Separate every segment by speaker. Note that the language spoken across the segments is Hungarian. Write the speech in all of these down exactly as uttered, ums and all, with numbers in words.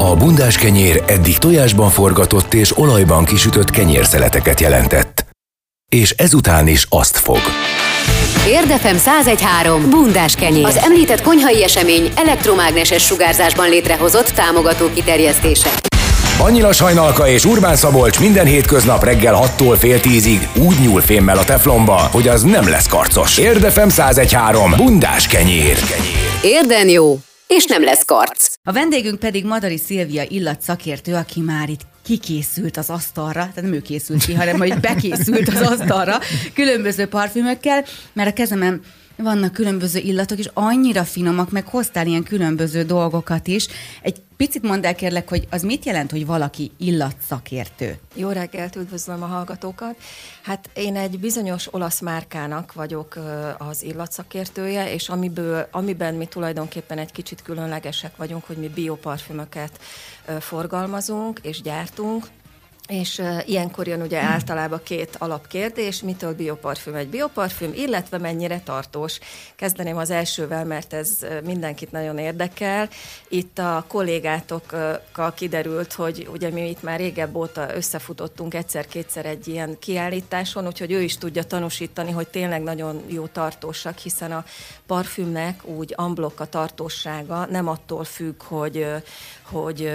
Speaker 1: A bundás kenyér eddig tojásban forgatott és olajban kisütött kenyérszeleteket jelentett. És ezután is azt fog.
Speaker 2: Érdefem száz egy három bundás kenyér. Az említett konyhai esemény elektromágneses sugárzásban létrehozott támogató kiterjesztése.
Speaker 1: Annyila Sajnalka és Urbán Szabolcs minden hétköznap reggel hattól fél tízig úgy nyúl fémmel a teflonba, hogy az nem lesz karcos. Érdefem száz egy három bundás kenyér.
Speaker 2: Érden jó, és nem lesz karc.
Speaker 3: A vendégünk pedig Madari Szilvia illatszakértő, aki már itt kikészült az asztalra, tehát nem ő készült ki, hanem majd bekészült az asztalra különböző parfümökkel, mert a kezemen vannak különböző illatok, és annyira finomak, meg hoztál ilyen különböző dolgokat is. Egy picit mondd el kérlek, hogy az mit jelent, hogy valaki illatszakértő?
Speaker 4: Jó reggelt, üdvözlöm a hallgatókat. Hát én egy bizonyos olasz márkának vagyok az illatszakértője, és amiből, amiben mi tulajdonképpen egy kicsit különlegesek vagyunk, hogy mi bioparfümöket forgalmazunk és gyártunk. És uh, ilyenkor jön ugye általában két alapkérdés, mitől bioparfüm egy bioparfüm, illetve mennyire tartós. Kezdeném az elsővel, mert ez mindenkit nagyon érdekel. Itt a kollégátokkal kiderült, hogy ugye mi itt már régebb óta összefutottunk egyszer-kétszer egy ilyen kiállításon, úgyhogy ő is tudja tanúsítani, hogy tényleg nagyon jó tartósak, hiszen a parfümnek úgy amblok a tartósága nem attól függ, hogy, hogy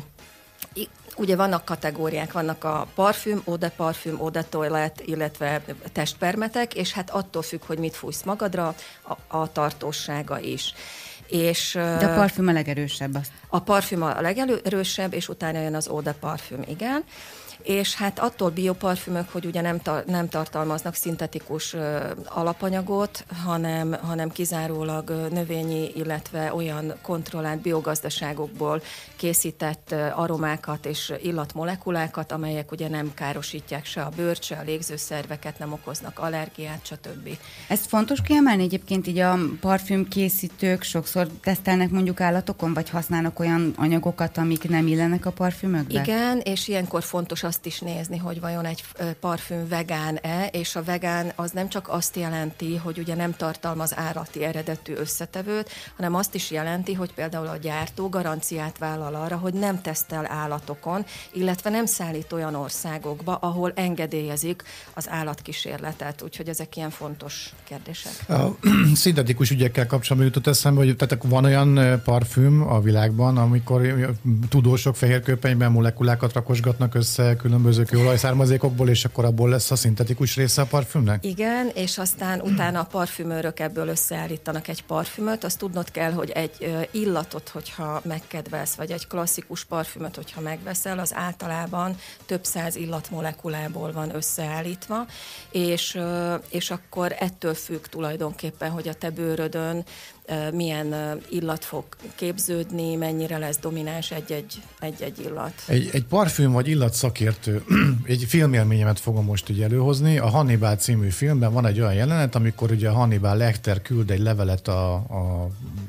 Speaker 4: ugye vannak kategóriák, vannak a parfüm, eau de parfüm, eau de toilette, illetve testpermetek, és hát attól függ, hogy mit fújsz magadra, a, a tartósága is. És,
Speaker 3: de a parfüm a legerősebb. Azt.
Speaker 4: A parfüm a legerősebb, és utána jön az eau de parfüm, igen. És hát attól bioparfümök, hogy ugye nem, tar- nem tartalmaznak szintetikus uh, alapanyagot, hanem, hanem kizárólag uh, növényi, illetve olyan kontrollált biogazdaságokból készített uh, aromákat és illatmolekulákat, amelyek ugye nem károsítják se a bőrt, se a légzőszerveket, nem okoznak allergiát, stb.
Speaker 3: Ezt fontos kiemelni egyébként, így a parfümkészítők sokszor tesztelnek mondjuk állatokon, vagy használnak olyan anyagokat, amik nem illenek a parfümökbe?
Speaker 4: Igen, és ilyenkor fontos azt is nézni, hogy vajon egy parfüm vegán-e, és a vegán az nem csak azt jelenti, hogy ugye nem tartalmaz állati eredetű összetevőt, hanem azt is jelenti, hogy például a gyártó garanciát vállal arra, hogy nem tesztel állatokon, illetve nem szállít olyan országokba, ahol engedélyezik az állatkísérletet. Úgyhogy ezek ilyen fontos kérdések.
Speaker 5: A szintetikus ügyekkel kapcsolatban jutott eszembe, hogy tehát van olyan parfüm a világban, amikor tudósok fehérkőpenyben molekulákat rakosgatnak össze különböző kőolajszármazékokból, és akkor abból lesz a szintetikus része a parfümnek?
Speaker 4: Igen, és aztán utána a parfümőrök ebből összeállítanak egy parfümöt. Azt tudnod kell, hogy egy illatot, hogyha megkedvelsz, vagy egy klasszikus parfümöt, hogyha megveszel, az általában több száz illatmolekulából van összeállítva, és, és akkor ettől függ tulajdonképpen, hogy a te bőrödön milyen illat fog képződni, mennyire lesz domináns egy-egy, egy-egy illat.
Speaker 5: Egy, egy parfüm vagy illatszakértő, egy filmélményemet fogom most így előhozni. A Hannibal című filmben van egy olyan jelenet, amikor ugye Hannibal Lecter küld egy levelet a, a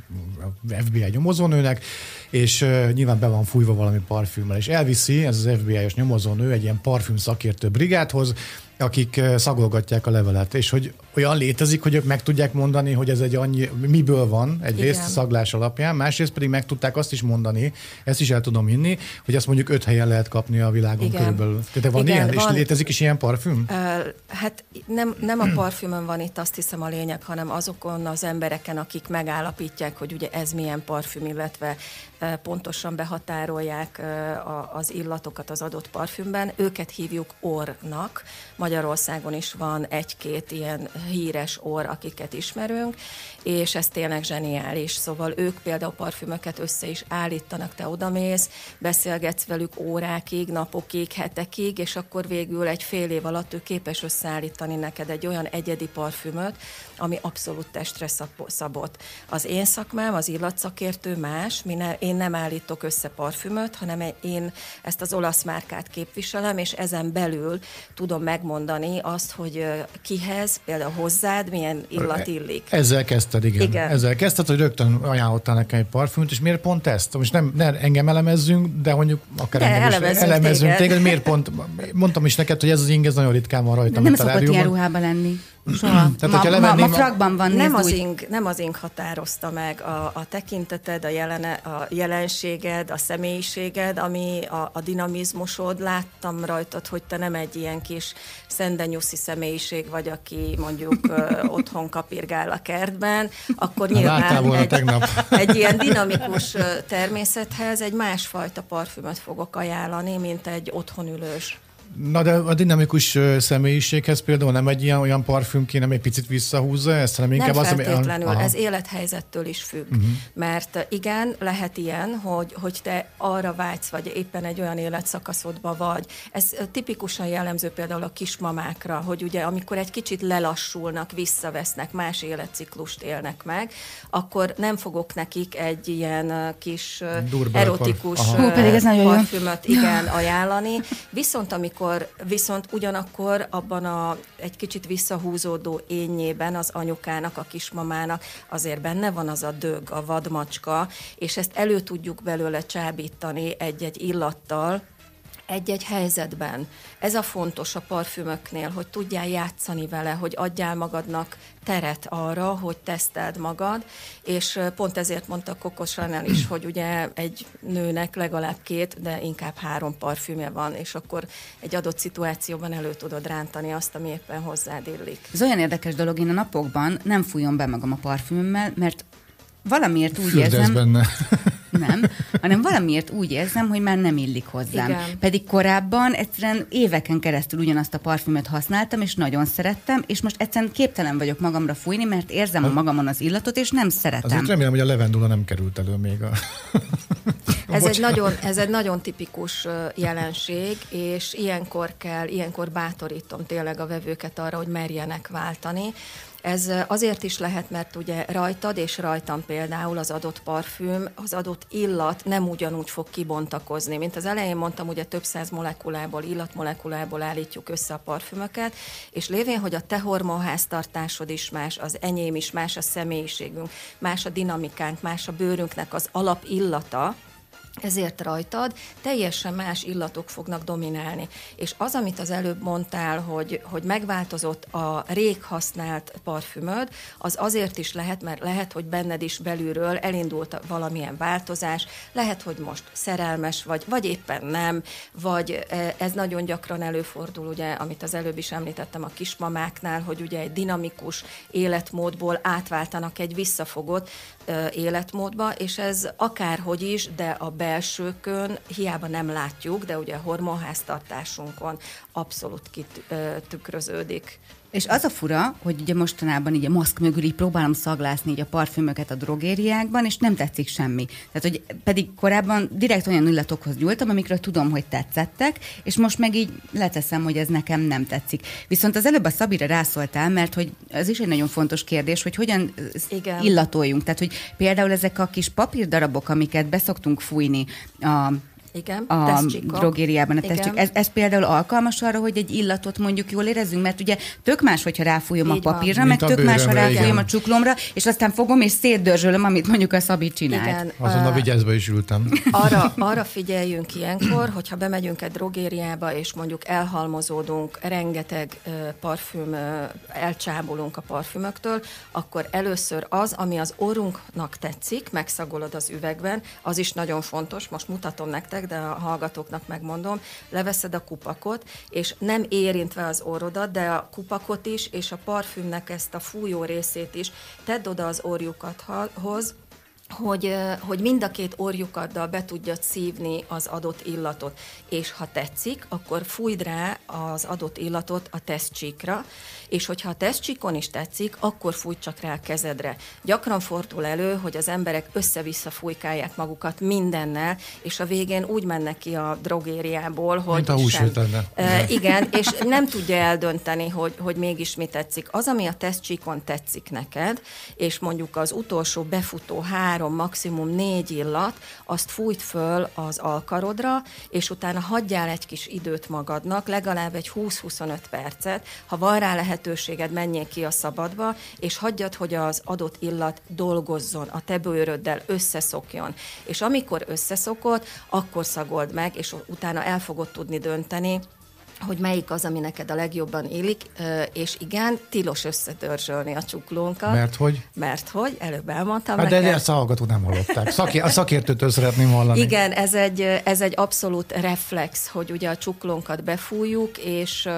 Speaker 5: ef bé i nyomozónőnek, és uh, nyilván be van fújva valami parfümmel, és elviszi ez az ef bé i-os nyomozónő egy ilyen parfüm szakértő brigádhoz, akik szagolgatják a levelet, és hogy olyan létezik, hogy ők meg tudják mondani, hogy ez egy annyi, miből van egyrészt a szaglás alapján, másrészt pedig meg tudták azt is mondani, ezt is el tudom hinni, hogy ezt mondjuk öt helyen lehet kapni a világon
Speaker 4: igen.
Speaker 5: körülbelül. Tehát van
Speaker 4: igen,
Speaker 5: ilyen? Van. És létezik is ilyen parfüm?
Speaker 4: Uh, hát nem, nem a parfümön van itt, azt hiszem a lényeg, hanem azokon az embereken, akik megállapítják, hogy ugye ez milyen parfüm, illetve uh, pontosan behatárolják uh, az illatokat az adott parfümben. Őket hívjuk orrnak. Magyarországon is van egy-két ilyen híres orr, akiket ismerünk, és ez tényleg zseniális. Szóval ők például parfümöket össze is állítanak, te odamész, beszélgetsz velük órákig, napokig, hetekig, és akkor végül egy fél év alatt ő képes összeállítani neked egy olyan egyedi parfümöt, ami abszolút testre szabott. Az én szakmám, az illatszakértő más, ne, én nem állítok össze parfümöt, hanem én ezt az olasz márkát képviselem, és ezen belül tudom megmondani azt, hogy kihez, például hozzád, milyen illat illik.
Speaker 5: Ezzel kezdted, igen. igen. Ezzel kezdted, hogy rögtön ajánlottál nekem egy parfümöt, és miért pont ezt? Most nem, nem engem elemezzünk, de mondjuk akár
Speaker 4: de
Speaker 5: engem
Speaker 4: elemezzünk,
Speaker 5: is elemezzünk
Speaker 4: téged.
Speaker 5: téged. Miért pont? Mondtam is neked, hogy ez az ing, ez nagyon ritkán van rajta.
Speaker 3: Nem szokott ilyen ruhában lenni. Soha.
Speaker 5: Tehát,
Speaker 3: ma, ma, ma frakban van,
Speaker 4: nem az,
Speaker 3: úgy.
Speaker 4: ing, nem az ing határozta meg a, a tekinteted, a, jelene, a jelenséged, a személyiséged, ami a, a dinamizmusod. Láttam rajtad, hogy te nem egy ilyen kis szendenyuszi személyiség vagy, aki mondjuk otthon kapirgál a kertben, akkor nyilván egy, egy ilyen dinamikus természethez egy másfajta parfümöt fogok ajánlani, mint egy otthonülős.
Speaker 5: Na de a dinamikus személyiséghez például nem egy ilyen olyan parfüm kéne, egy picit visszahúzza ezt, hanem inkább
Speaker 4: nem
Speaker 5: az,
Speaker 4: feltétlenül,
Speaker 5: ami...
Speaker 4: ez élethelyzettől is függ. Uh-huh. Mert igen, lehet ilyen, hogy, hogy te arra vágysz, vagy éppen egy olyan életszakaszodban vagy. Ez tipikusan jellemző például a kismamákra, hogy ugye amikor egy kicsit lelassulnak, visszavesznek, más életciklust élnek meg, akkor nem fogok nekik egy ilyen kis Durba erotikus parfümöt igen, ajánlani. Viszont amikor viszont ugyanakkor abban a egy kicsit visszahúzódó énnyében az anyukának, a kismamának azért benne van az a dög, a vadmacska, és ezt elő tudjuk belőle csábítani egy-egy illattal, egy-egy helyzetben. Ez a fontos a parfümöknél, hogy tudjál játszani vele, hogy adjál magadnak teret arra, hogy teszteld magad, és pont ezért mondta Coco Chanel is, hogy ugye egy nőnek legalább két, de inkább három parfümje van, és akkor egy adott szituációban elő tudod rántani azt, ami éppen hozzád illik.
Speaker 3: Ez olyan érdekes dolog, én a napokban nem fújom be magam a parfümömmel, mert valamiért úgy
Speaker 5: Fürdesz
Speaker 3: érzem...
Speaker 5: benne.
Speaker 3: Nem, hanem valamiért úgy érzem, hogy már nem illik hozzám. Igen. Pedig korábban egyszerűen éveken keresztül ugyanazt a parfümöt használtam, és nagyon szerettem, és most egyszerűen képtelen vagyok magamra fújni, mert érzem a magamon az illatot, és nem szeretem.
Speaker 5: Azért remélem, hogy a levendula nem került elő még a...
Speaker 4: ez, egy nagyon, ez egy nagyon tipikus jelenség, és ilyenkor kell, ilyenkor bátorítom tényleg a vevőket arra, hogy merjenek váltani. Ez azért is lehet, mert ugye rajtad és rajtam például az adott parfüm, az adott illat nem ugyanúgy fog kibontakozni. Mint az elején mondtam, ugye több száz molekulából, illatmolekulából állítjuk össze a parfümöket, és lévén, hogy a te hormonháztartásod is más, az enyém is más, a személyiségünk, más a dinamikánk, más a bőrünknek az alapillata, ezért rajtad teljesen más illatok fognak dominálni. És az, amit az előbb mondtál, hogy, hogy megváltozott a rég használt parfümöd, az azért is lehet, mert lehet, hogy benned is belülről elindult valamilyen változás, lehet, hogy most szerelmes vagy, vagy éppen nem, vagy ez nagyon gyakran előfordul, ugye, amit az előbb is említettem a kismamáknál, hogy ugye egy dinamikus életmódból átváltanak egy visszafogott életmódba, és ez akárhogy is, de a belsőkön hiába nem látjuk, de ugye a hormonháztartásunkon abszolút kitükröződik.
Speaker 3: És az a fura, hogy ugye mostanában így a maszk mögül így próbálom szaglászni így a parfümöket a drogériákban, és nem tetszik semmi. Tehát, hogy pedig korábban direkt olyan illatokhoz nyúltam, amikről tudom, hogy tetszettek, és most meg így leteszem, hogy ez nekem nem tetszik. Viszont az előbb a Szabira rászóltál, mert hogy ez is egy nagyon fontos kérdés, hogy hogyan Igen. illatoljunk. Tehát, hogy például ezek a kis papírdarabok, amiket beszoktunk fújni a
Speaker 4: Igen,
Speaker 3: a drogériában. Ez, ez például alkalmas arra, hogy egy illatot mondjuk jól érezzünk, mert ugye tök más, hogyha ráfújom Így a papírra, van. meg tök más, ha ráfújom igen. a csuklomra, és aztán fogom és szétdörzsölöm, amit mondjuk a Szabi csinált. Igen,
Speaker 5: Azonnal vigyázba is ültem.
Speaker 4: Arra, arra figyeljünk ilyenkor, hogyha bemegyünk egy drogériába, és mondjuk elhalmozódunk, rengeteg uh, parfüm, uh, elcsábulunk a parfümöktől, akkor először az, ami az orrunknak tetszik, megszagolod az üvegben, az is nagyon fontos, most mutatom nektek, de a hallgatóknak megmondom, leveszed a kupakot, és nem érintve az orrodat, de a kupakot is, és a parfümnek ezt a fújó részét is tedd oda az orjukathoz, hogy, hogy mind a két orjukaddal be tudjad szívni az adott illatot. És ha tetszik, akkor fújd rá az adott illatot a tesztcsíkra, és hogyha a tesztcsíkon is tetszik, akkor fújj csak rá a kezedre. Gyakran fordul elő, hogy az emberek össze-vissza fújkálják magukat mindennel, és a végén úgy mennek ki a drogériából, hogy
Speaker 5: mint a húsvét lenne.
Speaker 4: E, igen, és nem tudja eldönteni, hogy, hogy mégis mi tetszik. Az, ami a tesztcsíkon tetszik neked, és mondjuk az utolsó befutó három, maximum négy illat, azt fújt föl az alkarodra, és utána hagyjál egy kis időt magadnak, legalább egy húsz-huszonöt percet, ha van rá lehetőséged, menjél ki a szabadba, és hagyjad, hogy az adott illat dolgozzon, a te bőröddel összeszokjon. És amikor összeszokott, akkor szagold meg, és utána el fogod tudni dönteni, hogy melyik az, ami neked a legjobban illik, és igen, tilos összedörzsölni a csuklónkat.
Speaker 5: Mert hogy?
Speaker 4: Mert hogy, előbb elmondtam
Speaker 5: hát
Speaker 4: neked.
Speaker 5: De ezt a hallgatók nem hallották. Szaké, a szakértőtől szeretném hallani.
Speaker 4: Igen, ez egy, ez egy abszolút reflex, hogy ugye a csuklónkat befújjuk, és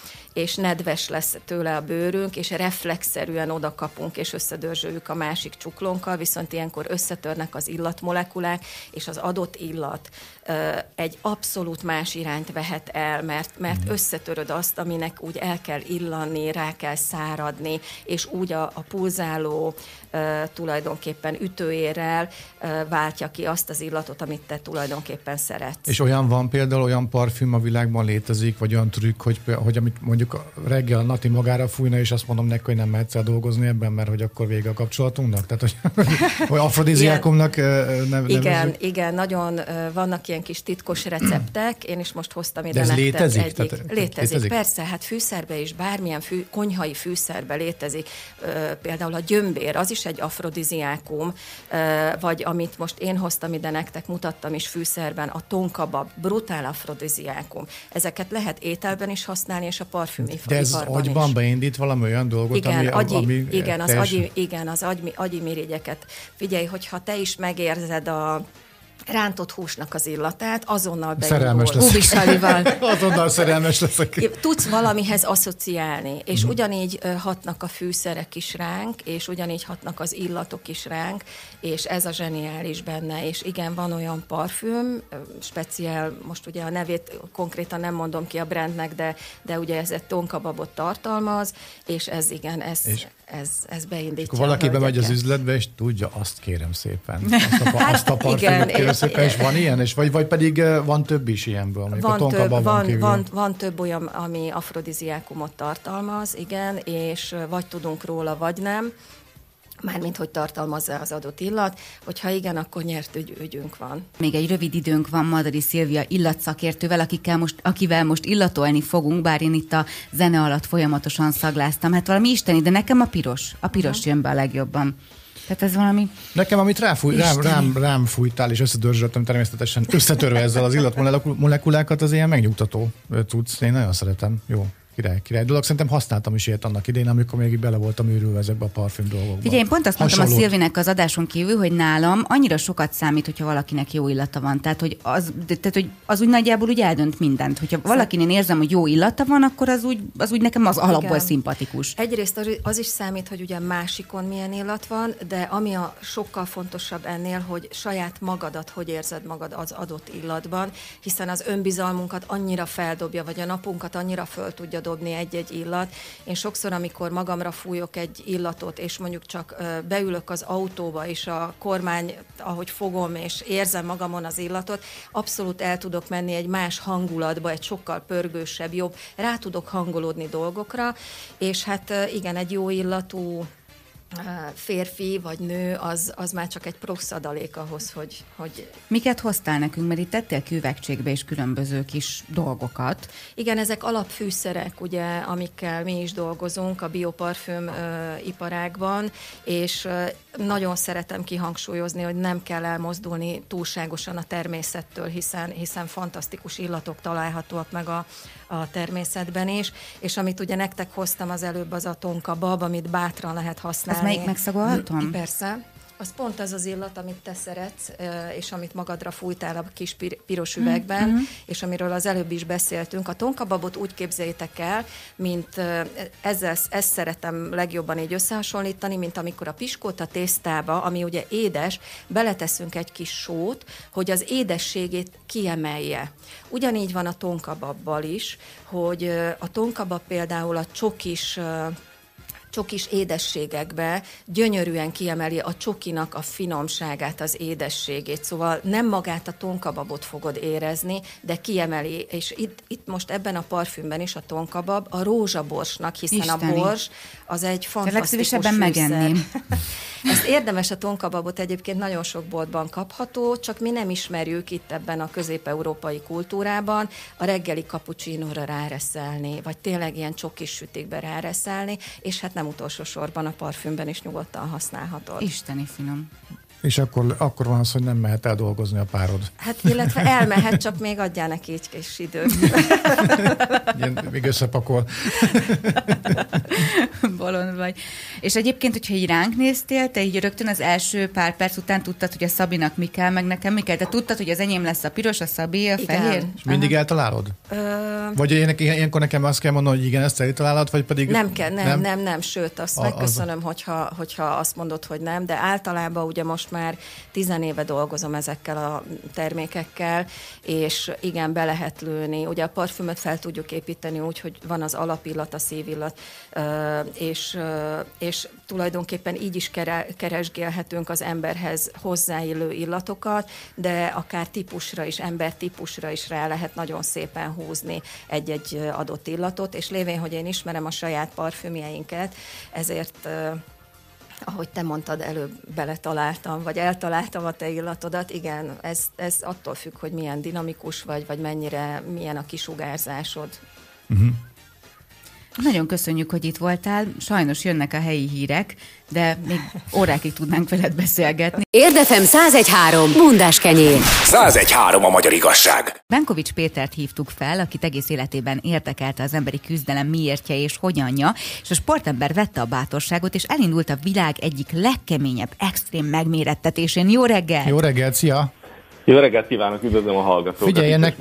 Speaker 4: és nedves lesz tőle a bőrünk, és reflexzerűen oda kapunk, és összedörzsöljük a másik csuklónkkal, viszont ilyenkor összetörnek az illatmolekulák, és az adott illat egy abszolút más irányt vehet el, mert, mert mm. összetöröd azt, aminek úgy el kell illanni, rá kell száradni, és úgy a, a pulzáló tulajdonképpen ütőérrel váltja ki azt az illatot, amit te tulajdonképpen szeretsz.
Speaker 5: És olyan van például, olyan parfüm a világban létezik, vagy olyan trükk, hogy, hogy amit mondjuk reggel Nati magára fújna, és azt mondom neki, hogy nem mehetsz el dolgozni ebben, mert hogy akkor vége a kapcsolatunknak? Tehát, hogy, hogy afrodiziákumnak nevezzük?
Speaker 4: Igen, igen, nagyon vannak ilyen kis titkos receptek, én is most hoztam ide
Speaker 5: nektek létezik?
Speaker 4: egyik.
Speaker 5: Tehát,
Speaker 4: létezik?
Speaker 5: létezik?
Speaker 4: Persze, hát fűszerbe is, bármilyen fű, konyhai fűszerbe létezik. Például a gyömbér, az is egy afrodiziákum, vagy amit most én hoztam ide nektek, mutattam is fűszerben, a tonkabab, brutál afrodiziákum. Ezeket lehet ételben is használni, és a parfümiparban is.
Speaker 5: De ez agyban beindít valami olyan dolgot,
Speaker 4: igen,
Speaker 5: ami...
Speaker 4: agyi,
Speaker 5: ami
Speaker 4: igen, az
Speaker 5: teljes...
Speaker 4: agyi, igen, az agyi, agyi mirigyeket. Figyelj, hogyha te is megérzed a rántott húsnak az illatát, azonnal
Speaker 5: szerelmes leszek. Azonnal szerelmes leszek.
Speaker 4: Tudsz valamihez asszociálni, és mm. ugyanígy hatnak a fűszerek is ránk, és ugyanígy hatnak az illatok is ránk, és ez a zseniális benne, és igen, van olyan parfüm, speciál, most ugye a nevét konkrétan nem mondom ki a brandnek, de, de ugye ez egy tonkababot tartalmaz, és ez igen, ez... És Ez, ez beindítja.
Speaker 5: Valaki bemegy az üzletbe, és tudja, azt kérem szépen. Azt a, hát, azt a parfümöt kérem szépen, és van ilyen? És vagy, vagy pedig van több is ilyenből?
Speaker 4: Van több, van, van, van, van több olyan, ami afrodiziákumot tartalmaz, igen, és vagy tudunk róla, vagy nem. Mármint, hogy tartalmazza az adott illat, hogyha igen, akkor nyert ügy, ügyünk van.
Speaker 3: Még egy rövid időnk van Madari Szilvia illatszakértővel, akikkel most, akivel most illatolni fogunk, bár én itt a zene alatt folyamatosan szagláztam. Hát valami isteni, de nekem a piros. A piros uh-huh. jön be a legjobban. Tehát ez valami...
Speaker 5: Nekem, amit ráfúj, rám, rám, rám fújtál, és összedörzsöltem természetesen, összetörve ezzel az illatmolekulákat, az ilyen megnyugtató cucc. Én nagyon szeretem. Jó. Király, király dolog. Szerintem használtam is ilyet annak idején, amikor még bele voltam őrülve ezekbe a parfüm dolgokba.
Speaker 3: Figyelj, én pont azt mondtam a Szilvinek az adáson kívül, hogy nálam annyira sokat számít, hogyha valakinek jó illata van. Tehát, hogy az, tehát, hogy az úgy nagyjából úgy eldönt mindent. Hogyha valakinél érzem, hogy jó illata van, akkor az úgy, az úgy nekem az alapból igen. szimpatikus.
Speaker 4: Egyrészt az is számít, hogy ugye másikon milyen illat van, de ami a sokkal fontosabb ennél, hogy saját magadat, hogy érzed magad az adott illatban, hiszen az önbizalmunkat annyira feldobja, vagy a napunkat annyira föl tudja dobni egy-egy illat. Én sokszor, amikor magamra fújok egy illatot, és mondjuk csak beülök az autóba, és a kormány, ahogy fogom, és érzem magamon az illatot, abszolút el tudok menni egy más hangulatba, egy sokkal pörgősebb, jobb, rá tudok hangolódni dolgokra, és hát igen, egy jó illatú férfi vagy nő, az, az már csak egy plusz adalék ahhoz, hogy, hogy...
Speaker 3: Miket hoztál nekünk, mert itt tettél küvegcségbe is különböző kis dolgokat.
Speaker 4: Igen, ezek alapfűszerek, ugye, amikkel mi is dolgozunk a bioparfüm uh, iparágban, és uh, nagyon szeretem kihangsúlyozni, hogy nem kell elmozdulni túlságosan a természettől, hiszen, hiszen fantasztikus illatok találhatóak meg a, a természetben is, és amit ugye nektek hoztam az előbb, az a tonkabab, amit bátran lehet használni.
Speaker 3: Ez melyik megszagolhatom?
Speaker 4: Persze. Az pont az az illat, amit te szeretsz, és amit magadra fújtál a kis piros üvegben, mm-hmm. és amiről az előbb is beszéltünk. A tonkababot úgy képzeljétek el, mint ezzel, ezt szeretem legjobban így összehasonlítani, mint amikor a piskóta tésztába, ami ugye édes, beleteszünk egy kis sót, hogy az édességét kiemelje. Ugyanígy van a tonkababbal is, hogy a tonkabab például a csokis csokis édességekbe gyönyörűen kiemeli a csokinak a finomságát, az édességét. Szóval nem magát a tonkababot fogod érezni, de kiemeli. És itt, itt most ebben a parfümben is a tonkabab a rózsaborsnak, hiszen Isteni. A bors az egy fantasztikus fűszer.
Speaker 3: Megenném.
Speaker 4: Ezt érdemes, a tonkababot egyébként nagyon sok boltban kapható, csak mi nem ismerjük itt ebben a közép-európai kultúrában a reggeli cappuccinóra ráreszelni, vagy tényleg ilyen csokis sütikbe ráreszelni, és hát nem utolsó sorban a parfümben is nyugodtan használhatod.
Speaker 3: Isteni finom.
Speaker 5: És akkor, akkor van az, hogy nem mehet el dolgozni a párod.
Speaker 4: Hát illetve elmehet, csak még adjál neki egy kis időt.
Speaker 5: Ilyen, még összepakol.
Speaker 3: Bolond vagy. És egyébként, hogyha így ránk néztél, te így rögtön az első pár perc után tudtad, hogy a Szabinak mi kell, meg nekem mi kell. Te tudtad, hogy az enyém lesz a piros, a Szabi, a
Speaker 4: igen.
Speaker 3: fehér?
Speaker 5: És mindig
Speaker 3: Aha.
Speaker 5: eltalálod?
Speaker 4: Ö...
Speaker 5: Vagy ilyenek, ilyenkor nekem azt kell mondani, hogy igen, ezt eltalálod, vagy pedig...
Speaker 4: Nem kell, nem, nem, nem, nem. Sőt, azt
Speaker 5: a,
Speaker 4: megköszönöm,
Speaker 5: az...
Speaker 4: hogyha, hogyha azt mondod, hogy nem, de általában ugye most már tizenéve dolgozom ezekkel a termékekkel, és igen, be lehet lőni. Ugye a parfümöt fel tudjuk építeni úgy, hogy van az alapillat, a szívillat, és, és tulajdonképpen így is keresgélhetünk az emberhez hozzáillő illatokat, de akár típusra is, embertípusra is rá lehet nagyon szépen húzni egy-egy adott illatot, és lévén, hogy én ismerem a saját parfümjeinket, ezért ahogy te mondtad, előbb beletaláltam, vagy eltaláltam a te illatodat, igen, ez, ez attól függ, hogy milyen dinamikus vagy, vagy mennyire, milyen a kisugárzásod.
Speaker 5: Uh-huh.
Speaker 3: Nagyon köszönjük, hogy itt voltál. Sajnos jönnek a helyi hírek, de még órákig tudnánk veled beszélgetni.
Speaker 2: Érdefem száz egy három. Bundás kenyér.
Speaker 1: száz egy három a magyar igazság.
Speaker 3: Benkovics Pétert hívtuk fel, akit egész életében érdekelte az emberi küzdelem miértje és hogyanja, és a sportember vette a bátorságot, és elindult a világ egyik legkeményebb extrém megmérettetésén. Jó reggel!
Speaker 5: Jó reggelt, szia!
Speaker 6: Jó reggelt kívánok, üdvözlöm a hallgatókat.
Speaker 5: Figyelj, ennek,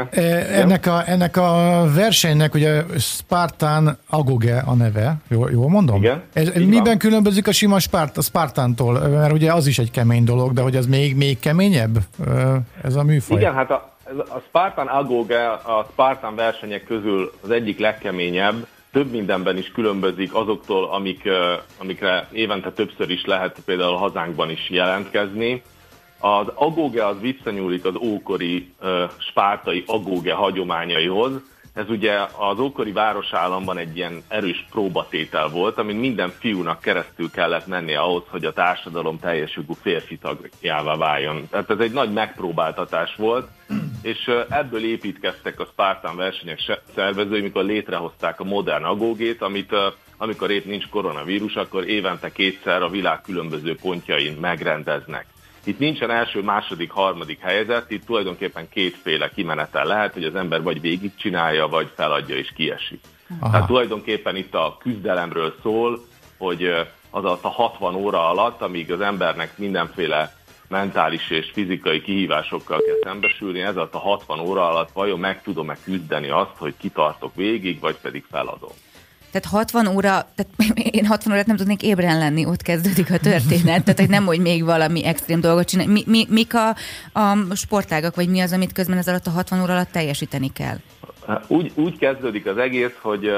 Speaker 5: ennek, a, ennek a versenynek ugye Spartan Agoge a neve, jól, jól mondom?
Speaker 6: Igen.
Speaker 5: Ez, miben van. Különbözik a sima Spart, a Spartantól? Mert ugye az is egy kemény dolog, de hogy ez még, még keményebb ez a műfaj?
Speaker 6: Igen, hát a, a Spartan Agoge a Spartan versenyek közül az egyik legkeményebb, több mindenben is különbözik azoktól, amik, amikre évente többször is lehet például a hazánkban is jelentkezni. Az agóge az visszanyúlik az ókori uh, spártai agóge hagyományaihoz. Ez ugye az ókori városállamban egy ilyen erős próbatétel volt, amin minden fiúnak keresztül kellett mennie ahhoz, hogy a társadalom teljes jogú férfi tagjává váljon. Tehát ez egy nagy megpróbáltatás volt, és uh, ebből építkeztek a Spartan versenyek szervezői, mikor létrehozták a modern agógét, amit uh, amikor épp nincs koronavírus, akkor évente kétszer a világ különböző pontjain megrendeznek. Itt nincsen első, második, harmadik helyzet, itt tulajdonképpen kétféle kimenetel lehet, hogy az ember vagy végigcsinálja, vagy feladja és kiesik. Aha. Tehát tulajdonképpen itt a küzdelemről szól, hogy az alatt a hatvan óra alatt, amíg az embernek mindenféle mentális és fizikai kihívásokkal kell szembesülni, ez alatt a hatvan óra alatt vajon meg tudom-e küzdeni azt, hogy kitartok végig, vagy pedig feladom.
Speaker 3: Tehát hatvan óra, tehát én hatvan órát nem tudnék ébren lenni, ott kezdődik a történet, tehát hogy nem, hogy még valami extrém dolgot csinálni. Mi, mi, mik a, a sportágak, vagy mi az, amit közben ez alatt a hatvan óra alatt teljesíteni kell?
Speaker 6: Úgy, úgy kezdődik az egész, hogy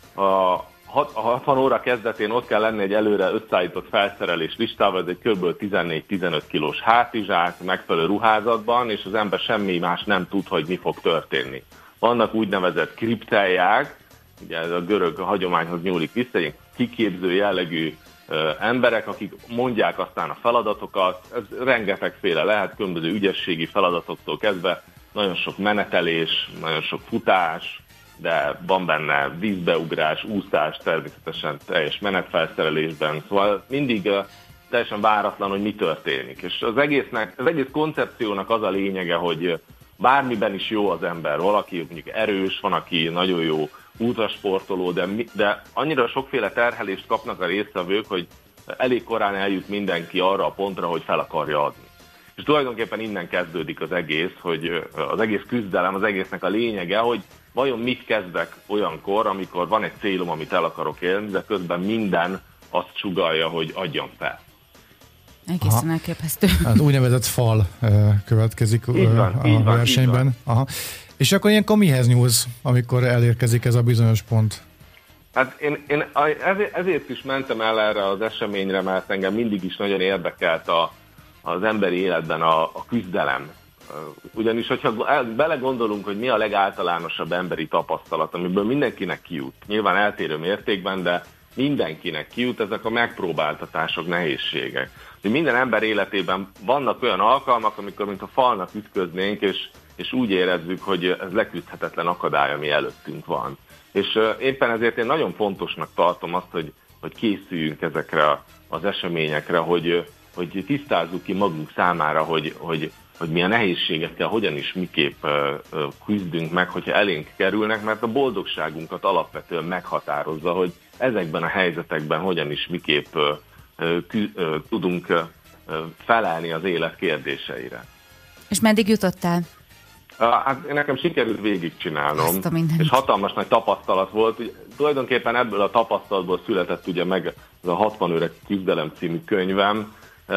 Speaker 6: a hatvan óra kezdetén ott kell lenni egy előre összeállított felszerelés listával, ez egy kb. tizennégy-tizenöt kilós hátizsák, megfelelő ruházatban, és az ember semmi más nem tud, hogy mi fog történni. Vannak úgynevezett kriptelják, ugye ez a görög hagyományhoz nyúlik vissza, egy kiképző jellegű ö, emberek, akik mondják aztán a feladatokat, ez rengetegféle lehet, különböző ügyességi feladatoktól kezdve, nagyon sok menetelés, nagyon sok futás, de van benne vízbeugrás, úszás, természetesen teljes menetfelszerelésben, szóval mindig ö, teljesen váratlan, hogy mi történik. És az egésznek, az egész koncepciónak az a lényege, hogy bármiben is jó az ember, valaki mondjuk erős, van, aki nagyon jó ultrasportoló, de, de annyira sokféle terhelést kapnak a résztvevők, hogy elég korán eljut mindenki arra a pontra, hogy fel akarja adni. És tulajdonképpen innen kezdődik az egész, hogy az egész küzdelem, az egésznek a lényege, hogy vajon mit kezdek olyankor, amikor van egy célom, amit el akarok élni, de közben minden azt sugallja, hogy adjam fel.
Speaker 3: Egészen elképesztő.
Speaker 5: Az úgynevezett fal következik
Speaker 6: van,
Speaker 5: a
Speaker 6: van,
Speaker 5: versenyben. Aha. És akkor ilyenkor mihez nyúlsz, amikor elérkezik ez a bizonyos pont?
Speaker 6: Hát én, én ezért, ezért is mentem el erre az eseményre, mert engem mindig is nagyon érdekelt a, az emberi életben a, a küzdelem. Ugyanis, hogyha belegondolunk, hogy mi a legáltalánosabb emberi tapasztalat, amiből mindenkinek kijut, nyilván eltérő mértékben, de mindenkinek kijut, ezek a megpróbáltatások, nehézségek. Minden ember életében vannak olyan alkalmak, amikor mint a falnak ütköznénk, és, és úgy érezzük, hogy ez leküzdhetetlen akadály, ami előttünk van. És uh, éppen ezért én nagyon fontosnak tartom azt, hogy, hogy készüljünk ezekre az eseményekre, hogy, hogy tisztázzuk ki magunk számára, hogy, hogy, hogy milyen nehézségekkel, hogyan is miképp küzdünk meg, hogyha elénk kerülnek, mert a boldogságunkat alapvetően meghatározza, hogy ezekben a helyzetekben hogyan is miképp tudunk felelni az élet kérdéseire.
Speaker 3: És meddig jutottál?
Speaker 6: Hát nekem sikerült végigcsinálnom, és
Speaker 3: is.
Speaker 6: hatalmas nagy tapasztalat volt. Ugye, tulajdonképpen ebből a tapasztalatból született ugye meg ez a hatvan óra küzdelem című könyvem,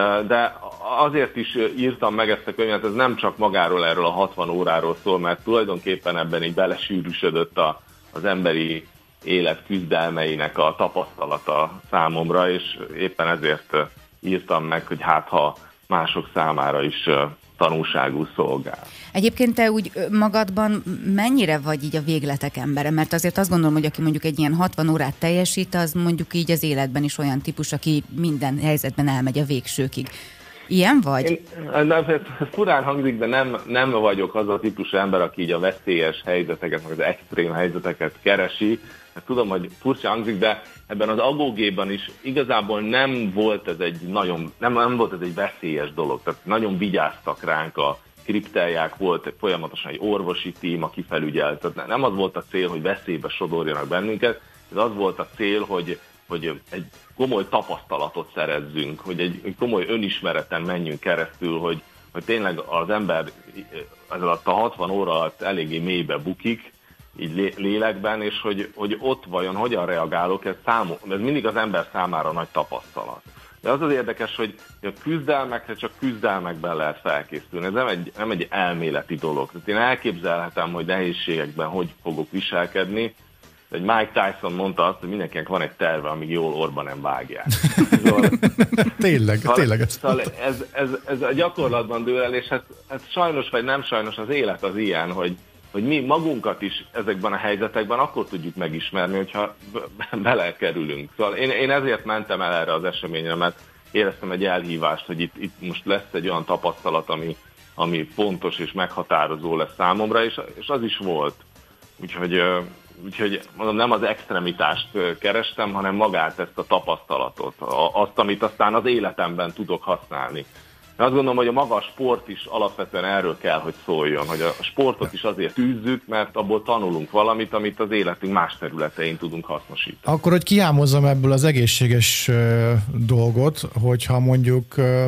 Speaker 6: de azért is írtam meg ezt a könyvet, ez nem csak magáról erről a hatvan óráról szól, mert tulajdonképpen ebben így belesűrűsödött a, az emberi élet küzdelmeinek a tapasztalata számomra, és éppen ezért írtam meg, hogy hát ha mások számára is tanulságú szolgál.
Speaker 3: Egyébként te úgy magadban mennyire vagy így a végletek embere? Mert azért azt gondolom, hogy aki mondjuk egy ilyen hatvan órát teljesít, az mondjuk így az életben is olyan típus, aki minden helyzetben elmegy a végsőkig. Ilyen vagy?
Speaker 6: Én, ez, ez furán hangzik, de nem, nem vagyok az a típusú ember, aki így a veszélyes helyzeteket, meg az extrém helyzeteket keresi. Hát tudom, hogy furcsa hangzik, de ebben az agógéban is igazából nem volt ez egy nagyon, nem, nem volt ez egy veszélyes dolog. Tehát nagyon vigyáztak ránk, a kriptelják, volt egy folyamatosan egy orvosi tím, aki felügyelt. Tehát nem az volt a cél, hogy veszélybe sodorjanak bennünket, ez az volt a cél, hogy, hogy egy komoly tapasztalatot szerezzünk, hogy egy, egy komoly önismereten menjünk keresztül, hogy, hogy tényleg az ember ez alatt a hatvan óra alatt eléggé mélybe bukik, így lélekben, és hogy, hogy ott vajon hogyan reagálok, ez, számú, ez mindig az ember számára nagy tapasztalat. De az az érdekes, hogy a küzdelmekre csak küzdelmekben lehet felkészülni. Ez nem egy, nem egy elméleti dolog. Tehát én elképzelhetem, hogy nehézségekben hogy fogok viselkedni. Egy Mike Tyson mondta azt, hogy mindenkinek van egy terve, amíg jól orba nem vágják. Szóval,
Speaker 5: tényleg,
Speaker 6: szóval,
Speaker 5: tényleg. Ez,
Speaker 6: szóval ez, ez, ez a gyakorlatban dől el, és hát, hát sajnos vagy nem sajnos az élet az ilyen, hogy hogy mi magunkat is ezekben a helyzetekben akkor tudjuk megismerni, hogyha belekerülünk. Szóval én, én ezért mentem el erre az eseményre, mert éreztem egy elhívást, hogy itt, itt most lesz egy olyan tapasztalat, ami, ami fontos és meghatározó lesz számomra, és, és az is volt. Úgyhogy, úgyhogy mondom, nem az extremitást kerestem, hanem magát ezt a tapasztalatot, azt, amit aztán az életemben tudok használni. Azt gondolom, hogy a maga sport is alapvetően erről kell, hogy szóljon, hogy a sportot is azért űzzük, mert abból tanulunk valamit, amit az életünk más területein tudunk hasznosítani.
Speaker 5: Akkor, hogy kiámozzam ebből az egészséges uh, dolgot, hogyha mondjuk uh,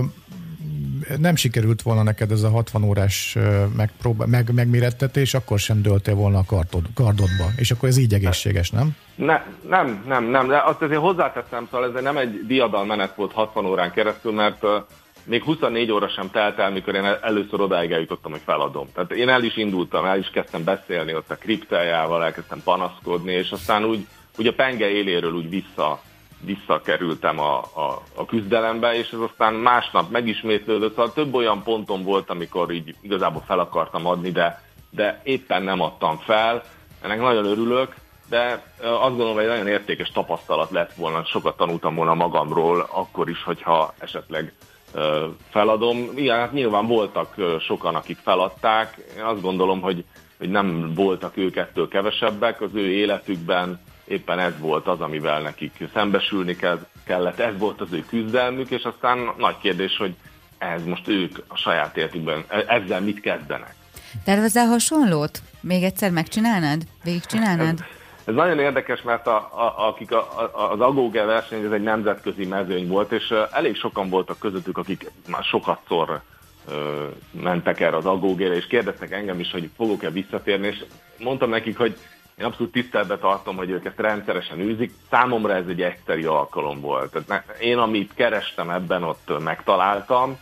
Speaker 5: nem sikerült volna neked ez a hatvan órás uh, megpróbál, meg, megmérettetés, akkor sem dőltél volna a kardod, kardodba. És akkor ez így egészséges, nem?
Speaker 6: Ne, nem, nem, nem. De azt azért hozzáteszem, szóval ez nem egy diadalmenet volt hatvan órán keresztül, mert uh, még huszonnégy óra sem telt el, mikor én először odáig eljutottam, hogy feladom. Tehát én el is indultam, el is kezdtem beszélni ott a kriptájával, elkezdtem panaszkodni, és aztán úgy, úgy a penge éléről úgy vissza, visszakerültem a, a, a küzdelembe, és ez aztán másnap megismétlődött. Szóval több olyan ponton volt, amikor így igazából fel akartam adni, de, de éppen nem adtam fel. Ennek nagyon örülök, de azt gondolom, hogy egy nagyon értékes tapasztalat lett volna, sokat tanultam volna magamról, akkor is, hogyha esetleg feladom. Igen, hát nyilván voltak sokan, akik feladták. Én azt gondolom, hogy, hogy nem voltak ők ettől kevesebbek. Az ő életükben éppen ez volt az, amivel nekik szembesülni kellett. Ez volt az ő küzdelmük, és aztán nagy kérdés, hogy ez most ők a saját életükben ezzel mit kezdenek.
Speaker 3: Tervezel hasonlót? Még egyszer megcsinálnád? Végigcsinálnád?
Speaker 6: Ez nagyon érdekes, mert a, a, akik a, a, az Agóge verseny, ez egy nemzetközi mezőny volt, és elég sokan voltak közöttük, akik már sokatszor ö, mentek erre az Agógére, és kérdeztek engem is, hogy fogok-e visszatérni, és mondtam nekik, hogy én abszolút tiszteletbe tartom, hogy ők ezt rendszeresen űzik. Számomra ez egy egyszeri alkalom volt. Tehát én, amit kerestem ebben, ott megtaláltam.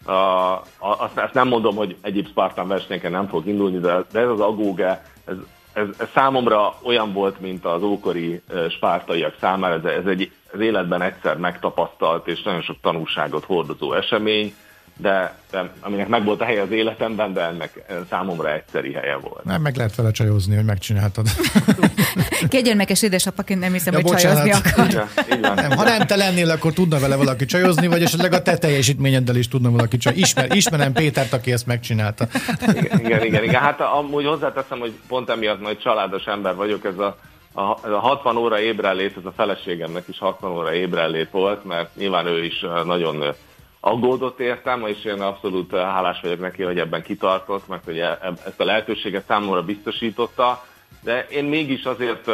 Speaker 6: Uh, azt, azt nem mondom, hogy egyéb Spartan versenyeken nem fog indulni, de, de ez az Agóge, ez Ez, ez számomra olyan volt, mint az ókori uh, spártaiak számára, ez, ez egy az életben egyszer megtapasztalt és nagyon sok tanulságot hordozó esemény, de, de aminek meg volt a helye az életemben, de ennek számomra egyszeri helye volt.
Speaker 5: Nem, meg lehet vele csajozni, hogy megcsináltad.
Speaker 3: Kegyelmekes édesapaként nem hiszem,
Speaker 5: ja,
Speaker 3: hogy
Speaker 5: bocsánat.
Speaker 3: csajozni akar.
Speaker 6: Igen, igen.
Speaker 5: Nem, ha nem te lennél, akkor tudna vele valaki csajozni, vagy esetleg a te teljesítményeddel is tudna valaki csajozni. Ismer, ismerem Pétert, aki ezt megcsinálta.
Speaker 6: Igen, igen, igen, igen. Hát amúgy hozzáteszem, hogy pont emiatt majd családos ember vagyok, ez a A, ez a hatvan óra ébrenlét, ez a feleségemnek is hatvan óra ébrenlét volt, mert nyilván ő is nagyon aggódott értem, és én abszolút hálás vagyok neki, hogy ebben kitartott, mert hogy ezt a lehetőséget számomra biztosította, de én mégis azért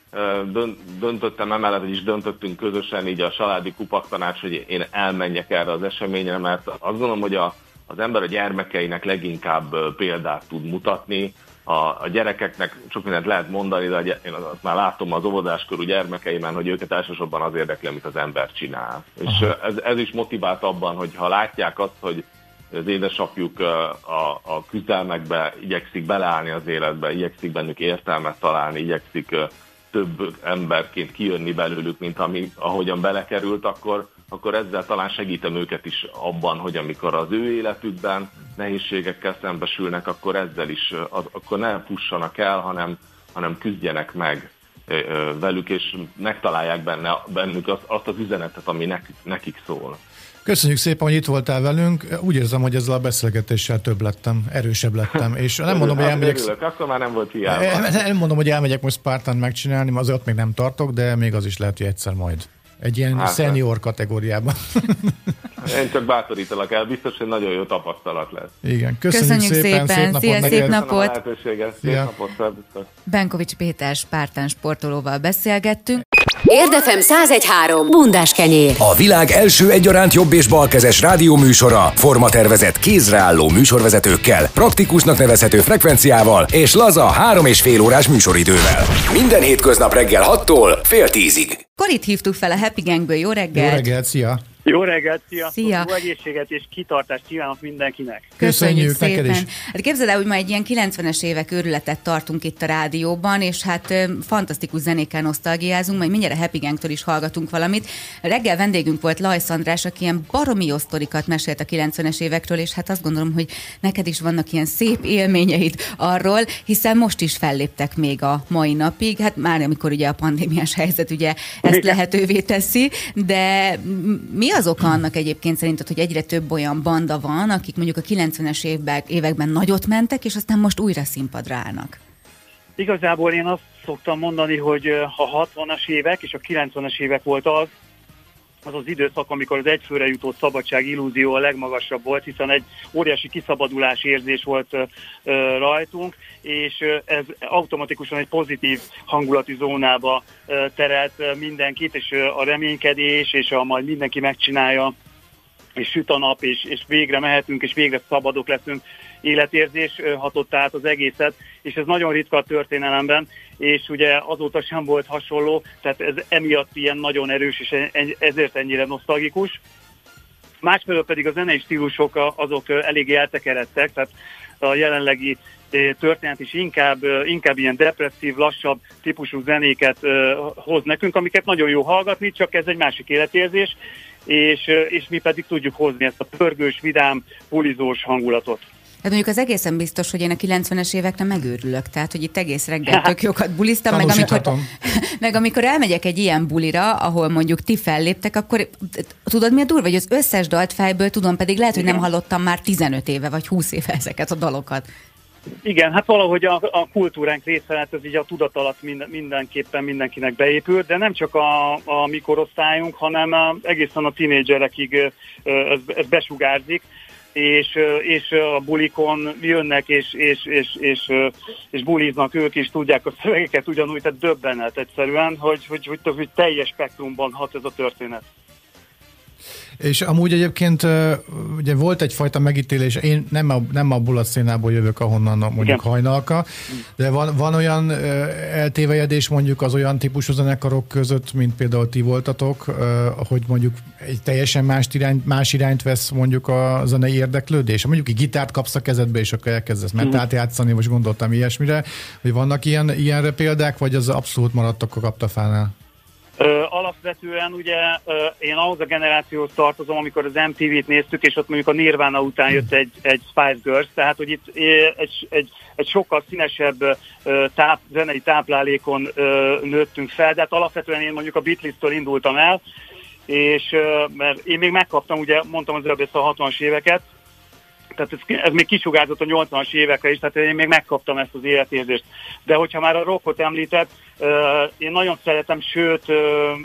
Speaker 6: döntöttem emellett, hogy is döntöttünk közösen így a családi kupaktanács, hogy én elmenjek erre az eseményre, mert azt gondolom, hogy a, az ember a gyermekeinek leginkább példát tud mutatni. A, a gyerekeknek sok mindent lehet mondani, de én azt már látom az óvodáskorú gyermekeimen, hogy őket elsősorban az érdekli, amit az ember csinál. Aha. És ez, ez is motivált abban, hogy ha látják azt, hogy az édesapjuk a, a küzdelmekbe igyekszik beleállni az életbe, igyekszik bennük értelmet találni, igyekszik több emberként kijönni belőlük, mint ami, ahogyan belekerült, akkor, akkor ezzel talán segítem őket is abban, hogy amikor az ő életükben nehézségekkel szembesülnek, akkor ezzel is, az, akkor ne fussanak el, hanem, hanem küzdjenek meg velük, és megtalálják benne, bennük azt, azt az üzenetet, ami nekik, nekik szól.
Speaker 5: Köszönjük szépen, hogy itt voltál velünk. Úgy érzem, hogy ezzel a beszélgetéssel több lettem, erősebb lettem. És nem mondom, hogy elmegyek...
Speaker 6: Örülök, akkor már nem volt hiába.
Speaker 5: Nem mondom, hogy elmegyek most Spartant megcsinálni, azért ott még nem tartok, de még az is lehet, hogy egyszer majd. Egy ilyen hát, szenior kategóriában.
Speaker 6: Én csak bátorítalak el, biztos, hogy nagyon jó tapasztalat lesz.
Speaker 5: Igen, köszönjük, köszönjük szépen, szépen.
Speaker 3: Szép napot, szép napot.
Speaker 6: Szép napot.
Speaker 3: Benkovics Péter Spartan sportolóval beszélgettünk.
Speaker 2: Érdefem száz egy három. Bundás kenyér.
Speaker 1: A világ első egyaránt jobb és balkezes rádióműsora, formatervezett kézreálló műsorvezetőkkel, praktikusnak nevezhető frekvenciával és laza három és fél órás műsoridővel. Minden hétköznap reggel hattól fél tízig.
Speaker 3: Korit hívtuk fel a Happy Gangből. Jó reggelt!
Speaker 5: Jó reggelt, szia!
Speaker 7: Jó reggelt, sziasztok!
Speaker 3: Szia.
Speaker 7: Jó egészséget és kitartást kívánok mindenkinek!
Speaker 3: Köszönjük,
Speaker 5: Köszönjük
Speaker 3: szépen!
Speaker 5: Neked is.
Speaker 3: Hát képzeld el, hogy ma egy ilyen kilencvenes évek őrületet tartunk itt a rádióban, és hát fantasztikus zenékkel nosztalgiázunk, majd mindjárt a Happy Gangtől is hallgatunk valamit. Reggel vendégünk volt Lajsz András, aki ilyen baromi jó sztorikat mesélt a kilencvenes évekről, és hát azt gondolom, hogy neked is vannak ilyen szép élményeid arról, hiszen most is felléptek még a mai napig, hát már amikor ugye a pandémiás helyzet ugye ezt lehetővé teszi, de mi az oka annak egyébként szerinted, hogy egyre több olyan banda van, akik mondjuk a kilencvenes években nagyot mentek, és aztán most újra színpadra állnak?
Speaker 7: Igazából én azt szoktam mondani, hogy a hatvanas évek és a kilencvenes évek volt az, az az időszak, amikor az egyfőre jutó szabadság illúzió a legmagasabb volt, hiszen egy óriási kiszabadulás érzés volt uh, rajtunk, és uh, ez automatikusan egy pozitív hangulatú zónába uh, terelt uh, mindenkit, és uh, a reménykedés, és a majd mindenki megcsinálja, és süt a nap, és, és végre mehetünk, és végre szabadok leszünk, életérzés uh, hatott át az egészet, és ez nagyon ritka a történelemben, és ugye azóta sem volt hasonló, tehát ez emiatt ilyen nagyon erős, és ezért ennyire nosztalgikus. Másfelől pedig a zenei stílusok azok eléggé eltekeredtek, tehát a jelenlegi történet is inkább, inkább ilyen depresszív, lassabb típusú zenéket hoz nekünk, amiket nagyon jó hallgatni, csak ez egy másik életérzés, és, és mi pedig tudjuk hozni ezt a pörgős, vidám, pulizós hangulatot.
Speaker 3: Hát mondjuk az egészen biztos, hogy én a kilencvenes évekre megőrülök, tehát hogy itt egész reggel tök jókat buliztam, meg amikor, meg amikor elmegyek egy ilyen bulira, ahol mondjuk ti felléptek, akkor tudod mi a durva, hogy az összes dalt fejből tudom, pedig lehet, hogy nem hallottam már tizenöt éve vagy húsz éve ezeket a dalokat.
Speaker 7: Igen, hát valahogy a, a kultúránk része, hát ez így a tudat alatt minden, mindenképpen mindenkinek beépült, de nem csak a, a mi korosztályunk, hanem a, egészen a tínédzserekig ez, ez besugárzik. És, és a bulikon jönnek, és, és, és, és, és buliznak ők is, tudják a szövegeket ugyanúgy, tehát döbbenet egyszerűen, hogy, hogy, hogy, hogy teljes spektrumban hat ez a történet.
Speaker 5: És amúgy egyébként ugye volt egyfajta megítélés, én nem, a, nem abból a szénából jövök, ahonnan mondjuk igen. Hajnalka, de van, van olyan eltévejedés mondjuk az olyan típusú zenekarok között, mint például ti voltatok, hogy mondjuk egy teljesen más irányt, más irányt vesz mondjuk a zenei érdeklődés. Mondjuk egy gitárt kapsz a kezedbe, és akkor elkezdesz metált játszani, most gondoltam ilyesmire, hogy vannak ilyen, ilyenre példák, vagy az abszolút maradtak a kaptafánál?
Speaker 7: Ö, alapvetően ugye ö, én ahhoz a generációhoz tartozom, amikor az em té vét néztük, és ott mondjuk a Nirvana után jött egy, egy Spice Girls, tehát hogy itt egy, egy, egy sokkal színesebb ö, táp, zenei táplálékon ö, nőttünk fel, de hát alapvetően én mondjuk a Beatles-től indultam el, és ö, mert én még megkaptam, ugye mondtam az előbb ezt a hatvanas éveket, tehát ez, ez még kisugárzott a nyolcvanas évekre is, tehát én még megkaptam ezt az életérzést. De hogyha már a rockot említett, uh, én nagyon szeretem, sőt, uh,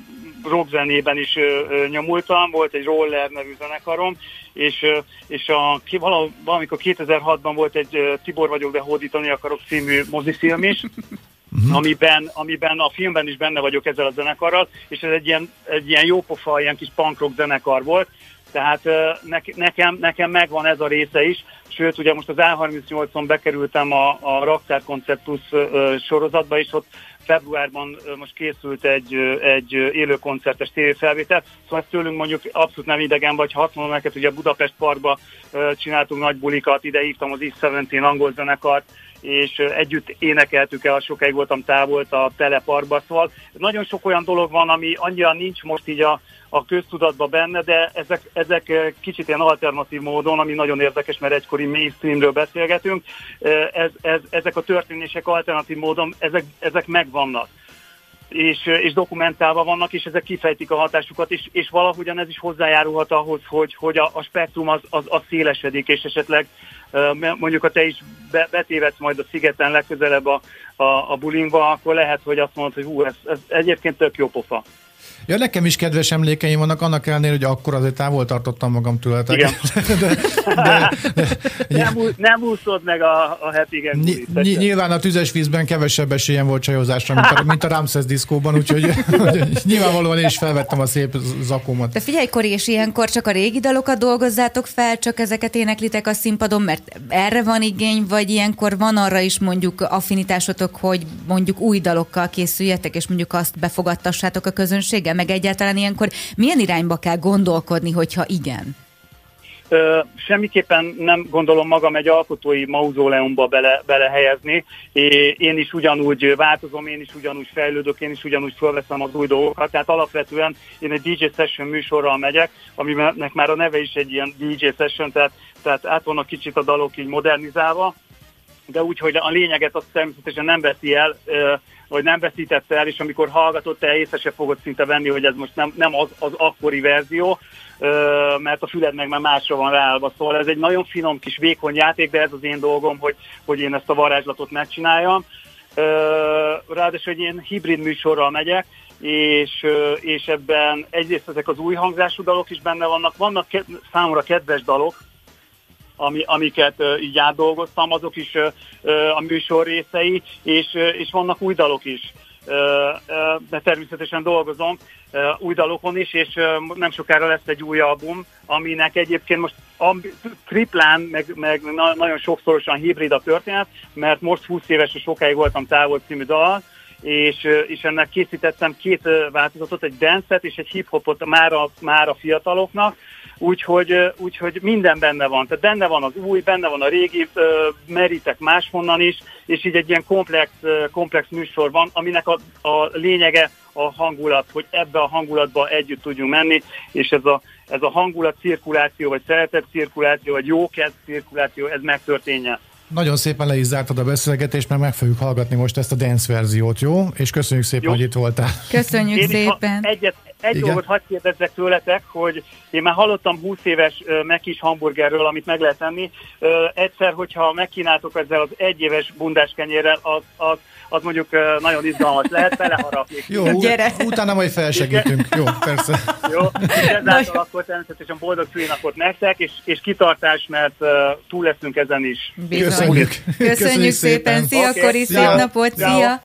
Speaker 7: rockzenében is nyomultam, volt egy Roller nevű zenekarom, és, és a, valamikor kétezer-hatban volt egy Tibor vagyok, de hódítani akarok című mozifilm is, Uh-huh. Amiben, amiben a filmben is benne vagyok ezzel a zenekarral, és ez egy ilyen, egy ilyen jópofa, ilyen kis punk rock zenekar volt, tehát ne, nekem, nekem megvan ez a része is, sőt, ugye most az á harmincnyolcon bekerültem a, a Raktár Konceptus sorozatba, és ott februárban most készült egy, egy élőkoncertes tévéfelvétel, szóval ezt tőlünk mondjuk abszolút nem idegen, vagy ha azt mondom neked, ugye Budapest Parkba csináltunk nagy bulikat, ide hívtam az East tizenhét angol zenekart, és együtt énekeltük el, sokáig voltam távol a Teleparkba, szóval nagyon sok olyan dolog van, ami annyira nincs most így a, a köztudatban benne, de ezek, ezek kicsit ilyen alternatív módon, ami nagyon érdekes, mert egykori mainstreamről beszélgetünk, ez, ez, ezek a történések alternatív módon, ezek, ezek megvannak. És, és dokumentálva vannak, és ezek kifejtik a hatásukat, és, és valahogyan ez is hozzájárulhat ahhoz, hogy, hogy a, a spektrum az, az, az szélesedik, és esetleg mondjuk, ha te is be, betévedsz majd a szigeten legközelebb a, a, a bulingba, akkor lehet, hogy azt mondod, hogy hú, ez, ez egyébként tök jó pofa.
Speaker 5: Ja, nekem is kedves emlékeim vannak, annak ellenére, hogy akkor azért távol tartottam magam tőletek.
Speaker 7: Igen. de, de, de, nem, nem úszod meg a, a happy gang bulit.
Speaker 5: Ny- nyilván a tüzes vízben kevesebb esélyem volt csajozásra, mint a, mint a Ramses diszkóban, úgyhogy nyilvánvalóan én is felvettem a szép zakómat.
Speaker 3: De figyelj, Kori, és ilyenkor csak a régi dalokat dolgozzátok fel, csak ezeket éneklitek a színpadon, mert erre van igény, vagy ilyenkor van arra is mondjuk affinitásotok, hogy mondjuk új dalokkal készüljetek, és mondjuk azt befogadtassátok a közönséggel, meg egyáltalán ilyenkor milyen irányba kell gondolkodni, hogyha igen?
Speaker 7: Ö, semmiképpen nem gondolom magam egy alkotói mauzóleumba bele, belehelyezni. Én is ugyanúgy változom, én is ugyanúgy fejlődök, én is ugyanúgy felveszem az új dolgokat. Tehát alapvetően én egy dé dzsé session műsorral megyek, aminek már a neve is egy ilyen dé dzsé session, tehát, tehát át vannak kicsit a dalok így modernizálva, de úgy, hogy a lényeget azt természetesen nem veszi el, vagy nem veszítette el, és amikor hallgatod, te észre se fogod szinte venni, hogy ez most nem, nem az, az akkori verzió, mert a füled meg már másra van ráállva. Szóval ez egy nagyon finom kis vékony játék, de ez az én dolgom, hogy, hogy én ezt a varázslatot megcsináljam. Ráadásul egy ilyen hibrid műsorral megyek, és, és ebben egyrészt ezek az új hangzású dalok is benne vannak, vannak ke- számomra kedves dalok, Ami, amiket uh, így átdolgoztam, azok is uh, uh, a műsor részei, és, uh, és vannak új dalok is. Uh, uh, de természetesen dolgozom uh, új dalokon is, és uh, nem sokára lesz egy új album, aminek egyébként most amb- triplán, meg, meg na- nagyon sokszorosan hibrid a történet, mert most húsz éves, és sokáig voltam távol című dal, és, uh, és ennek készítettem két uh, változatot, egy dance-et és egy hip-hopot már a, már a fiataloknak, Úgyhogy, úgyhogy minden benne van. Tehát benne van az új, benne van a régi, merítek máshonnan is, és így egy ilyen komplex, komplex műsor van, aminek a, a lényege a hangulat, hogy ebbe a hangulatba együtt tudjunk menni, és ez a, ez a hangulat cirkuláció, vagy szeretet cirkuláció, vagy jókedv cirkuláció, ez megtörténjen.
Speaker 5: Nagyon szépen le is zártad a beszélgetést, mert meg fogjuk hallgatni most ezt a dance verziót, jó? És köszönjük szépen, jó, hogy itt voltál.
Speaker 3: Köszönjük
Speaker 7: én
Speaker 3: szépen.
Speaker 7: Ha egyet, egy
Speaker 5: Igen?
Speaker 7: dolgot hadd kérdezzek tőletek, hogy én már hallottam húsz éves Mekis hamburgerről, amit meg lehet enni. Egyszer, hogyha megkínáltok ezzel az egyéves bundás kenyérrel, az, az, az mondjuk nagyon izgalmas lehet, beleharapnék.
Speaker 5: Jó, ut- utána majd felsegítünk. Jó, persze.
Speaker 7: Jó, és ezáltal akkor természetesen boldog szülinapot nektek, és, és kitartás, mert uh, túl leszünk ezen is.
Speaker 3: Bizony.
Speaker 5: Köszönjük.
Speaker 3: Köszönjük, Köszönjük szépen. szépen. Szia,
Speaker 7: okay.
Speaker 3: Kori, szép napot, szia.